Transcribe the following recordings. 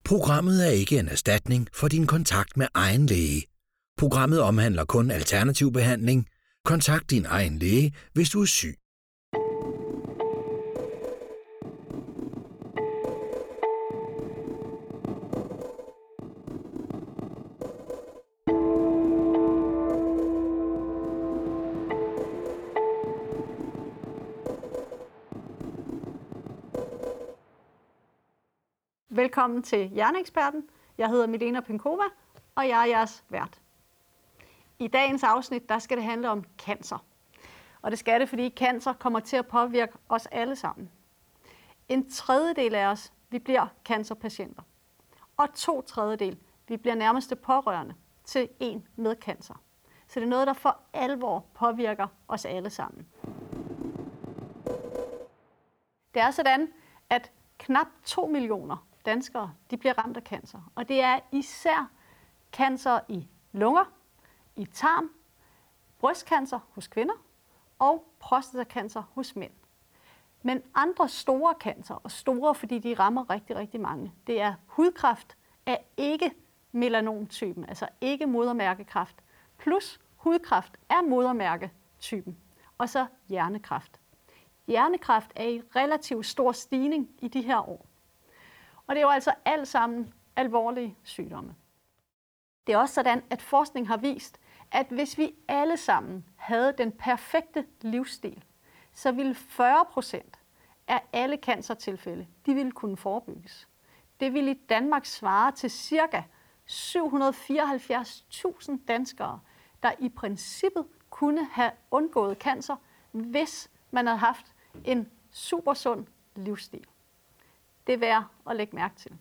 Programmet er ikke en erstatning for din kontakt med egen læge. Programmet omhandler kun alternativ behandling. Kontakt din egen læge, hvis du er syg. Velkommen til Hjerneeksperten. Jeg hedder Milena Penkova, og jeg er jeres vært. I dagens afsnit der skal det handle om cancer. Og det skal det, fordi cancer kommer til at påvirke os alle sammen. En tredjedel af os, vi bliver cancerpatienter. Og 2/3, vi bliver nærmeste pårørende til en med cancer. Så det er noget, der for alvor påvirker os alle sammen. Det er sådan, at knap 2 millioner danskere de bliver ramt af cancer. Og det er især cancer i lunger, i tarm, brystcancer hos kvinder og prostatacancer hos mænd. Men andre store cancer, og store fordi de rammer rigtig, rigtig mange, det er hudkræft af ikke melanomtypen, altså ikke modermærkekræft, plus hudkræft af modermærketypen, og så hjernekræft. Hjernekræft er i relativt stor stigning i de her år. Og det er jo altså alt sammen alvorlige sygdomme. Det er også sådan, at forskning har vist, at hvis vi alle sammen havde den perfekte livsstil, så ville 40% af alle cancertilfælde, de ville kunne forebygges. Det ville i Danmark svare til ca. 774.000 danskere, der i princippet kunne have undgået cancer, hvis man havde haft en super sund livsstil. Det er værd at lægge mærke til.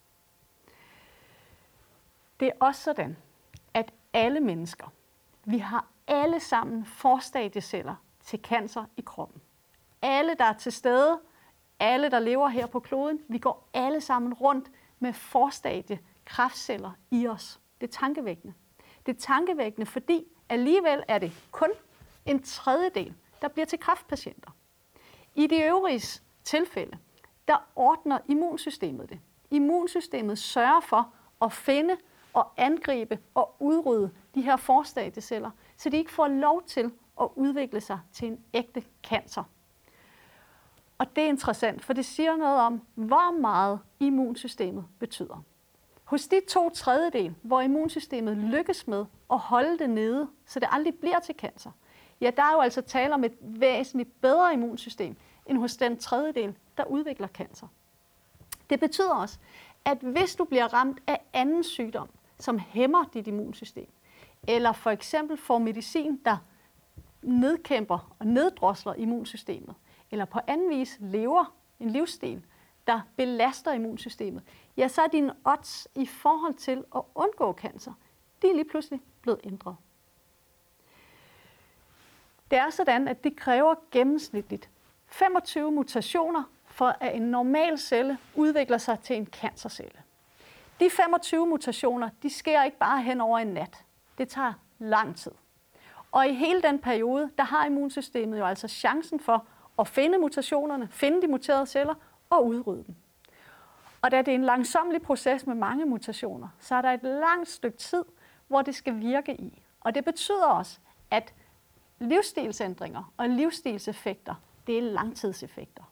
Det er også sådan, at alle mennesker, vi har alle sammen forstadieceller til cancer i kroppen. Alle, der er til stede, alle, der lever her på kloden, vi går alle sammen rundt med forstadie kræftceller i os. Det er tankevækkende. Det er tankevækkende, fordi alligevel er det kun en tredjedel, der bliver til kræftpatienter. I de øvrige tilfælde, der ordner immunsystemet det. Immunsystemet sørger for at finde og angribe og udrydde de her forstadieceller, så de ikke får lov til at udvikle sig til en ægte cancer. Og det er interessant, for det siger noget om, hvor meget immunsystemet betyder. Hos de 2/3, hvor immunsystemet lykkes med at holde det nede, så det aldrig bliver til cancer, ja, der er jo altså tale om et væsentligt bedre immunsystem, end hos den tredjedel, der udvikler cancer. Det betyder også, at hvis du bliver ramt af anden sygdom, som hæmmer dit immunsystem, eller for eksempel får medicin, der nedkæmper og neddrosler immunsystemet, eller på anden vis lever en livsstil, der belaster immunsystemet, ja, så er dine odds i forhold til at undgå cancer, de er lige pludselig blevet ændret. Det er sådan, at det kræver gennemsnitligt 25 mutationer, for at en normal celle udvikler sig til en cancercelle. De 25 mutationer, de sker ikke bare hen over en nat. Det tager lang tid. Og i hele den periode, der har immunsystemet jo altså chancen for at finde mutationerne, finde de muterede celler og udrydde dem. Og da det er en langsomlig proces med mange mutationer, så er der et langt stykke tid, hvor det skal virke i. Og det betyder også, at livsstilsændringer og livsstilseffekter, det er langtidseffekter.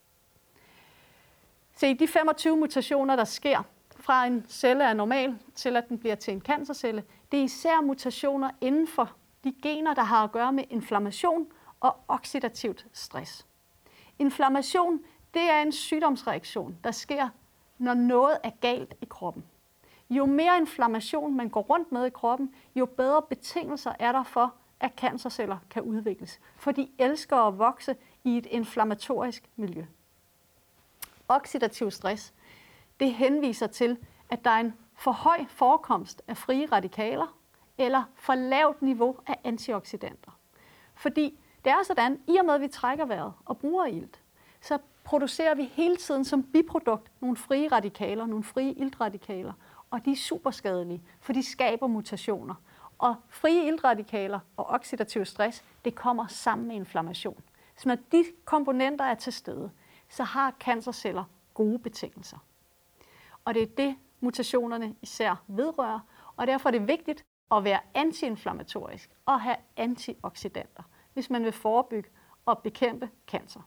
Se, de 25 mutationer, der sker fra en celle er normal til at den bliver til en cancercelle, det er især mutationer inden for de gener, der har at gøre med inflammation og oxidativt stress. Inflammation, det er en sygdomsreaktion, der sker, når noget er galt i kroppen. Jo mere inflammation man går rundt med i kroppen, jo bedre betingelser er der for, at cancerceller kan udvikles, for de elsker at vokse i et inflammatorisk miljø. Oxidativ stress, det henviser til, at der er en for høj forekomst af frie radikaler eller for lavt niveau af antioxidanter. Fordi det er sådan, i og med at vi trækker vejret og bruger ilt, så producerer vi hele tiden som biprodukt nogle frie radikaler, nogle frie iltradikaler, og de er superskadelige, for de skaber mutationer. Og frie iltradikaler og oxidativ stress, det kommer sammen med inflammation. Så når de komponenter er til stede, så har cancerceller gode betingelser. Og det er det, mutationerne især vedrører, og derfor er det vigtigt at være antiinflammatorisk og have antioxidanter, hvis man vil forebygge og bekæmpe cancer.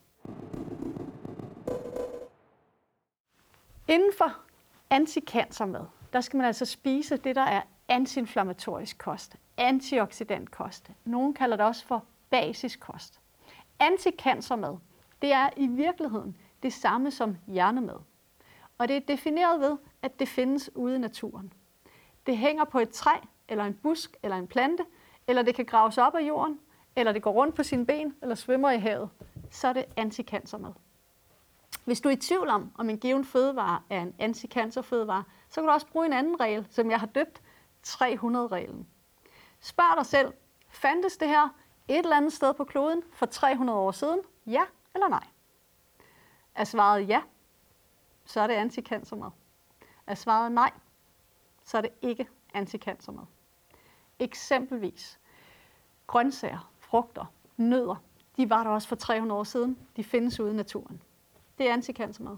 Inden for anticancermad, der skal man altså spise det, der er antiinflammatorisk kost, antioxidantkost. Nogle kalder det også for basisk kost. Anticancermad, det er i virkeligheden det samme som hjernemad. Og det er defineret ved, at det findes ude i naturen. Det hænger på et træ, eller en busk, eller en plante, eller det kan graves op af jorden, eller det går rundt på sine ben, eller svømmer i havet. Så er det anticancermad. Hvis du er i tvivl om en given fødevare er en anticancerfødevare, så kan du også bruge en anden regel, som jeg har døbt 300-reglen. Spørg dig selv, fandtes det her et eller andet sted på kloden for 300 år siden? Ja eller nej? Er svaret ja, så er det anticancermad. Er svaret nej, så er det ikke anticancermad. Eksempelvis grøntsager, frugter, nødder, de var der også for 300 år siden. De findes ude i naturen. Det er anticancermad.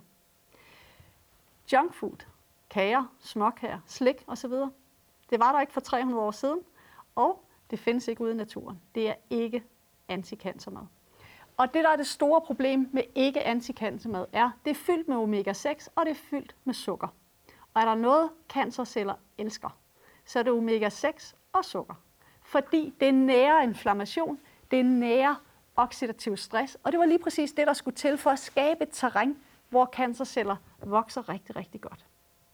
Junkfood, kager, småkager, slik osv. Det var der ikke for 300 år siden, og det findes ikke ude i naturen. Det er ikke anticancermad. Og det, der er det store problem med ikke anticancermad, det er fyldt med omega-6, og det er fyldt med sukker. Og er der noget, cancerceller elsker, så er det omega-6 og sukker. Fordi det nærer inflammation, det nærer oxidativ stress, og det var lige præcis det, der skulle til for at skabe et terræn, hvor cancerceller vokser rigtig, rigtig godt.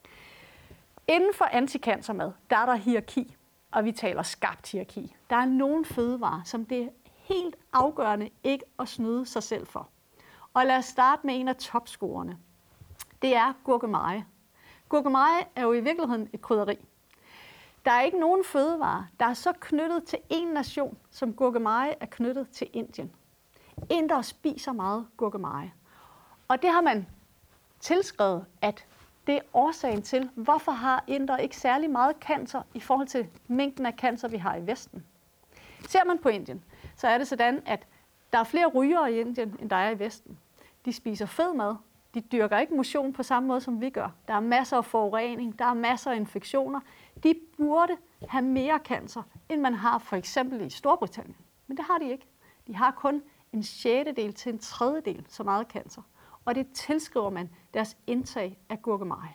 Inden for anticancermad, der er der hierarki, og vi taler skarpt hierarki. Der er nogle fødevarer, som det er helt afgørende ikke at snyde sig selv for. Og lad os starte med en af topscorerne. Det er gurkemeje. Gurkemeje er jo i virkeligheden et krydderi. Der er ikke nogen fødevare, der er så knyttet til en nation, som gurkemeje er knyttet til Indien. Indere spiser meget gurkemeje. Og det har man tilskrevet, at det er årsagen til, hvorfor har indere ikke særlig meget cancer i forhold til mængden af cancer, vi har i Vesten. Ser man på Indien, så er det sådan, at der er flere rygere i Indien, end der er i Vesten. De spiser fed mad. De dyrker ikke motion på samme måde, som vi gør. Der er masser af forurening, der er masser af infektioner. De burde have mere cancer, end man har for eksempel i Storbritannien. Men det har de ikke. De har kun 1/6 til 1/3 så meget cancer. Og det tilskriver man deres indtag af gurkemeje.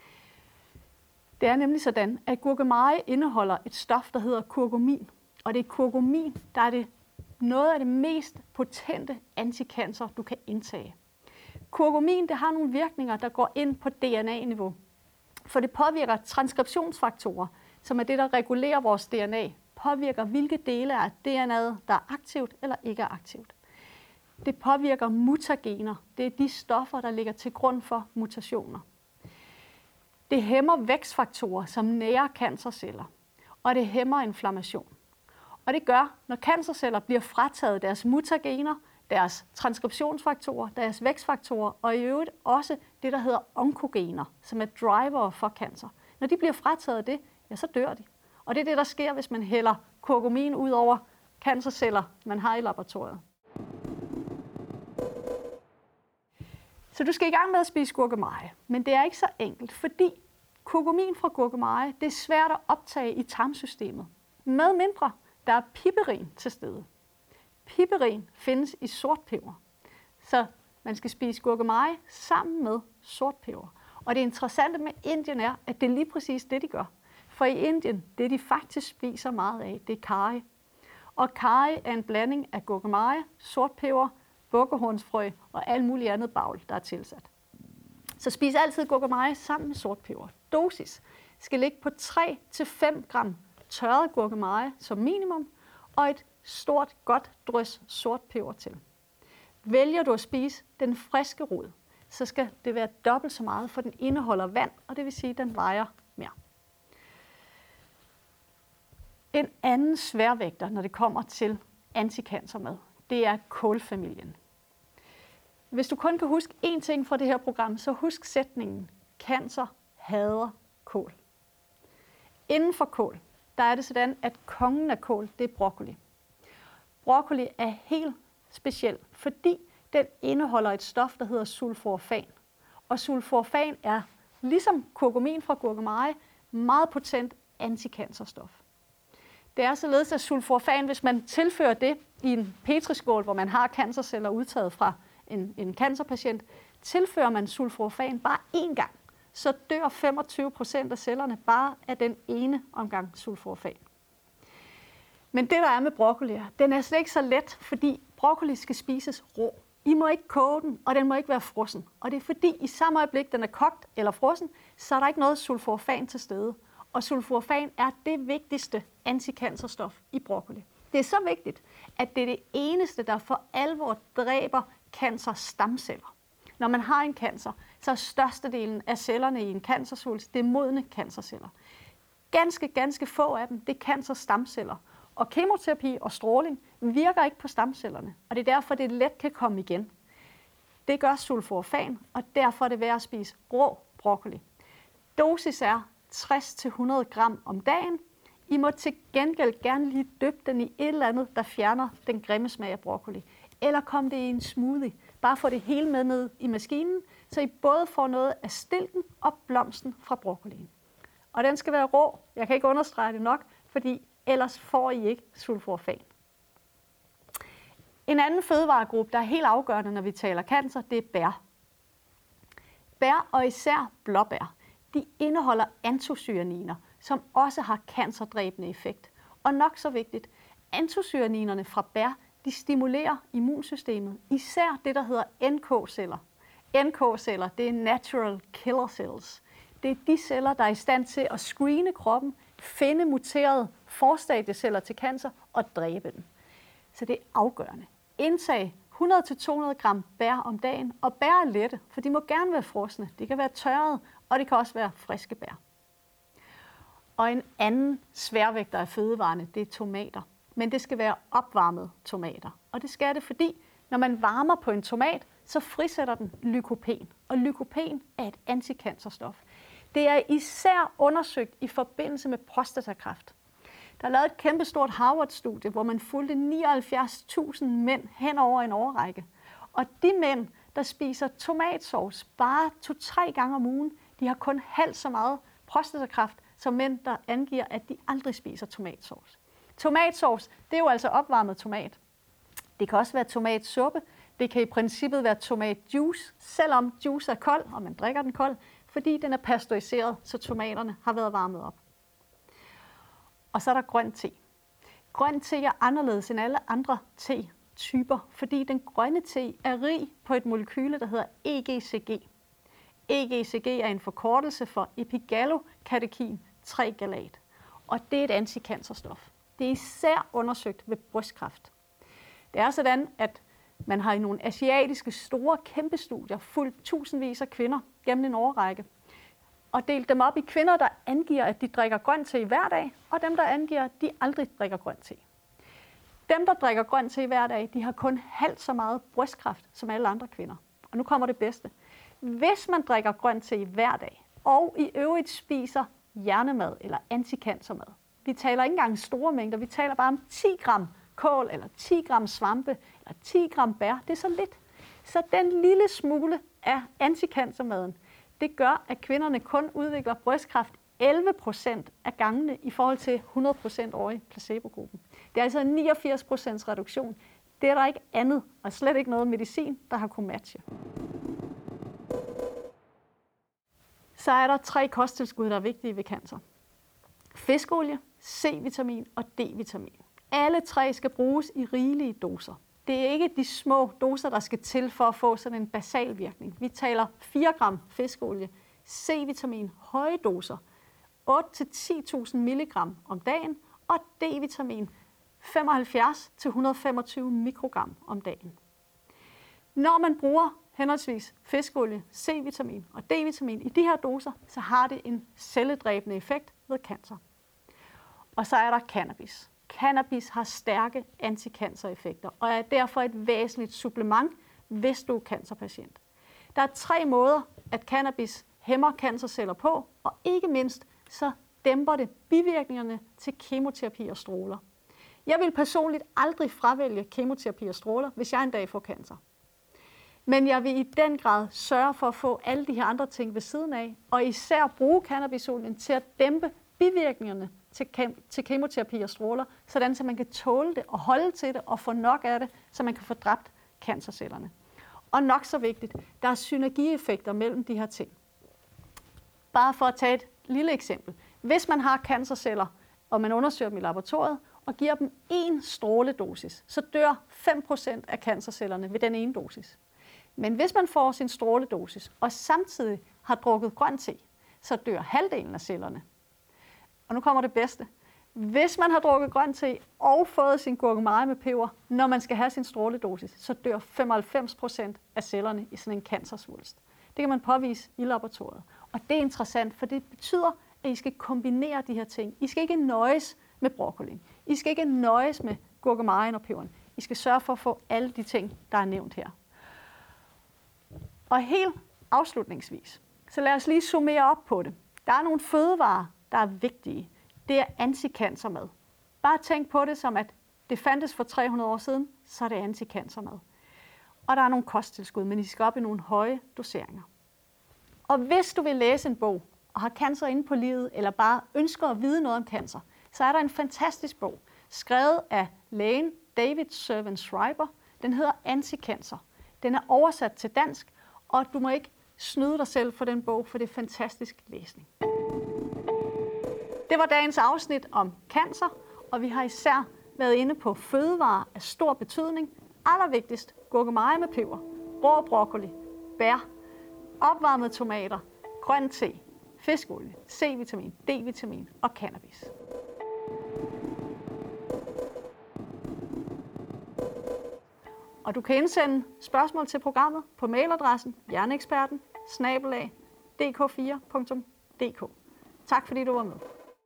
Det er nemlig sådan, at gurkemeje indeholder et stof, der hedder kurkumin. Og det er kurkumin, der er noget af det mest potente anticancer, du kan indtage. Kurkumin, det har nogle virkninger, der går ind på DNA-niveau. For det påvirker transkriptionsfaktorer, som er det, der regulerer vores DNA. Påvirker, hvilke dele af DNA'et, der er aktivt eller ikke er aktivt. Det påvirker mutagener. Det er de stoffer, der ligger til grund for mutationer. Det hæmmer vækstfaktorer, som nærer cancerceller. Og det hæmmer inflammation. Og det gør, når cancerceller bliver frataget deres mutagener, deres transkriptionsfaktorer, deres vækstfaktorer, og i øvrigt også det, der hedder onkogener, som er driver for cancer. Når de bliver frataget det, ja, så dør de. Og det er det, der sker, hvis man hælder kurkumin ud over cancerceller, man har i laboratoriet. Så du skal i gang med at spise gurkemeje, men det er ikke så enkelt, fordi kurkumin fra gurkemeje, det er svært at optage i tarmsystemet, med mindre der er piperin til stede. Piperin findes i sortpeber, så man skal spise gurkemeje sammen med sortpeber. Og det interessante med Indien er, at det er lige præcis det, de gør. For i Indien, det de faktisk spiser meget af, det er karry. Og karry er en blanding af gurkemeje, sortpeber, bukkehornsfrø og alt muligt andet bagl, der er tilsat. Så spis altid gurkemeje sammen med sortpeber. Dosis skal ligge på 3-5 gram tørret gurkemeje som minimum, og et stort, godt drys sortpeber til. Vælger du at spise den friske rod, så skal det være dobbelt så meget, for den indeholder vand, og det vil sige, at den vejer mere. En anden sværvægter, når det kommer til anticancermad, det er kålfamilien. Hvis du kun kan huske én ting fra det her program, så husk sætningen: cancer hader kål. Inden for kål, der er det sådan, at kongen af kål, det er broccoli. Broccoli er helt speciel, fordi den indeholder et stof, der hedder sulforafan. Og sulforafan er ligesom kurkumin fra gurkemeje, meget potent anticancerstof. Det er således, at sulforafan, hvis man tilfører det i en petriskål, hvor man har cancerceller udtaget fra en cancerpatient, tilfører man sulforafan bare én gang, så dør 25% af cellerne bare af den ene omgang sulforafan. Men det, der er med broccoli, den er slet ikke så let, fordi broccoli skal spises rå. I må ikke koge den, og den må ikke være frossen. Og det er fordi, i samme øjeblik, den er kogt eller frossen, så er der ikke noget sulforafan til stede. Og sulforafan er det vigtigste anticancerstof i broccoli. Det er så vigtigt, at det er det eneste, der for alvor dræber cancerstamceller. Når man har en cancer, så er størstedelen af cellerne i en cancersvulst, det er modne cancerceller. Ganske få af dem, det er cancerstamceller. Og kemoterapi og stråling virker ikke på stamcellerne, og det er derfor, det let kan komme igen. Det gør sulforafan, og derfor er det værd at spise rå broccoli. Dosis er 60-100 gram om dagen. I må til gengæld gerne lige dyppe den i et eller andet, der fjerner den grimme smag af broccoli. Eller kom det i en smoothie. Bare få det hele med ned i maskinen, så I både får noget af stilken og blomsten fra broccolien. Og den skal være rå. Jeg kan ikke understrege det nok, fordi ellers får I ikke sulforafan. En anden fødevaregruppe, der er helt afgørende, når vi taler cancer, det er bær. Bær og især blåbær, de indeholder antocyaniner, som også har cancerdræbende effekt. Og nok så vigtigt, antocyaninerne fra bær, de stimulerer immunsystemet, især det, der hedder NK-celler. NK-celler, det er natural killer cells. Det er de celler, der er i stand til at screene kroppen, finde muterede forstadieceller til cancer og dræbe dem. Så det er afgørende. Indtag 100-200 gram bær om dagen, og bær er lette, for de må gerne være frosne. De kan være tørrede, og det kan også være friske bær. Og en anden sværvægter af fødevarene, det er tomater. Men det skal være opvarmede tomater. Og det skal det, fordi når man varmer på en tomat, så frisætter den lykopen. Og lykopen er et anticancerstof. Det er især undersøgt i forbindelse med prostatakræft. Der er lavet et kæmpestort Harvard-studie, hvor man fulgte 79.000 mænd hen over en årrække. Og de mænd, der spiser tomatsauce bare 2-3 gange om ugen, de har kun halvt så meget prostatakræft som mænd, der angiver, at de aldrig spiser tomatsauce. Tomatsauce, det er jo altså opvarmet tomat. Det kan også være tomatsuppe. Det kan i princippet være tomatjuice, selvom juice er kold, og man drikker den kold, fordi den er pasteuriseret, så tomaterne har været varmet op. Og så er der grøn te. Grøn te er anderledes end alle andre te-typer, fordi den grønne te er rig på et molekyle, der hedder EGCG. EGCG er en forkortelse for epigallocatechin 3-galat, og det er et anticancerstof. Det er især undersøgt ved brystkræft. Det er sådan, at man har i nogle asiatiske store kæmpe studier fulgt tusindvis af kvinder gennem en årrække, og delt dem op i kvinder, der angiver, at de drikker grøn te hver dag, og dem, der angiver, at de aldrig drikker grøn te. Dem, der drikker grøn te hver dag, de har kun halvt så meget brystkræft som alle andre kvinder. Og nu kommer det bedste. Hvis man drikker grøn te hver dag, og i øvrigt spiser hjernemad eller anticancermad, vi taler ikke engang store mængder, vi taler bare om 10 gram kål, eller 10 gram svampe, eller 10 gram bær, det er så lidt. Så den lille smule af anticancermaden, det gør, at kvinderne kun udvikler brystkræft 11% af gangene i forhold til 100% over i placebogruppen. Det er altså en 89% reduktion. Det er der ikke andet, og slet ikke noget medicin, der har kunnet matche. Så er der 3 kosttilskud, der er vigtige ved cancer. Fiskolie, C-vitamin og D-vitamin. Alle 3 skal bruges i rigelige doser. Det er ikke de små doser, der skal til for at få sådan en basal virkning. Vi taler 4 gram fiskolie, C-vitamin, høje doser, 8-10.000 milligram om dagen, og D-vitamin 75-125 mikrogram om dagen. Når man bruger henholdsvis fiskolie, C-vitamin og D-vitamin i de her doser, så har det en celledræbende effekt ved cancer. Og så er der cannabis. Cannabis har stærke anticancereffekter og er derfor et væsentligt supplement, hvis du er cancerpatient. Der er 3 måder, at cannabis hæmmer cancerceller på, og ikke mindst så dæmper det bivirkningerne til kemoterapi og stråler. Jeg vil personligt aldrig fravælge kemoterapi og stråler, hvis jeg en dag får cancer. Men jeg vil i den grad sørge for at få alle de her andre ting ved siden af, og især bruge cannabisolien til at dæmpe bivirkningerne til kemoterapi og stråler, sådan så man kan tåle det og holde til det og få nok af det, så man kan få dræbt cancercellerne. Og nok så vigtigt, der er synergieffekter mellem de her ting. Bare for at tage et lille eksempel. Hvis man har cancerceller, og man undersøger dem i laboratoriet, og giver dem en stråledosis, så dør 5% af cancercellerne ved den ene dosis. Men hvis man får sin stråledosis, og samtidig har drukket grøn te, så dør halvdelen af cellerne. Og nu kommer det bedste. Hvis man har drukket grøn te og fået sin gurkemeje med peber, når man skal have sin stråledosis, så dør 95% af cellerne i sådan en cancersvulst. Det kan man påvise i laboratoriet. Og det er interessant, for det betyder, at I skal kombinere de her ting. I skal ikke nøjes med broccolien. I skal ikke nøjes med gurkemejen og peberen. I skal sørge for at få alle de ting, der er nævnt her. Og helt afslutningsvis, så lad os lige summere op på det. Der er nogle fødevarer, der er vigtige. Det er anticancermad. Bare tænk på det som, at det fandtes for 300 år siden, så er det anticancermad. Og der er nogle kosttilskud, men I skal op i nogle høje doseringer. Og hvis du vil læse en bog og har cancer inde på livet, eller bare ønsker at vide noget om cancer, så er der en fantastisk bog, skrevet af lægen David Servan Schreiber. Den hedder Anticancer. Den er oversat til dansk, og du må ikke snyde dig selv for den bog, for det er fantastisk læsning. Det var dagens afsnit om cancer, og vi har især været inde på fødevarer af stor betydning. Allervigtigst gurkemeje med peber, rå broccoli, bær, opvarmede tomater, grøn te, fiskolie, C-vitamin, D-vitamin og cannabis. Og du kan indsende spørgsmål til programmet på mailadressen hjerneeksperten@dk4.dk. Tak fordi du var med.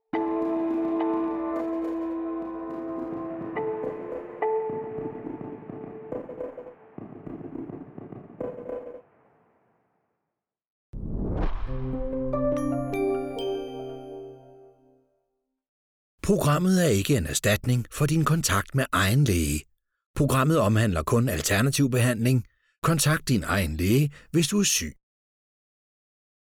Programmet er ikke en erstatning for din kontakt med egen læge. Programmet omhandler kun alternativ behandling. Kontakt din egen læge, hvis du er syg.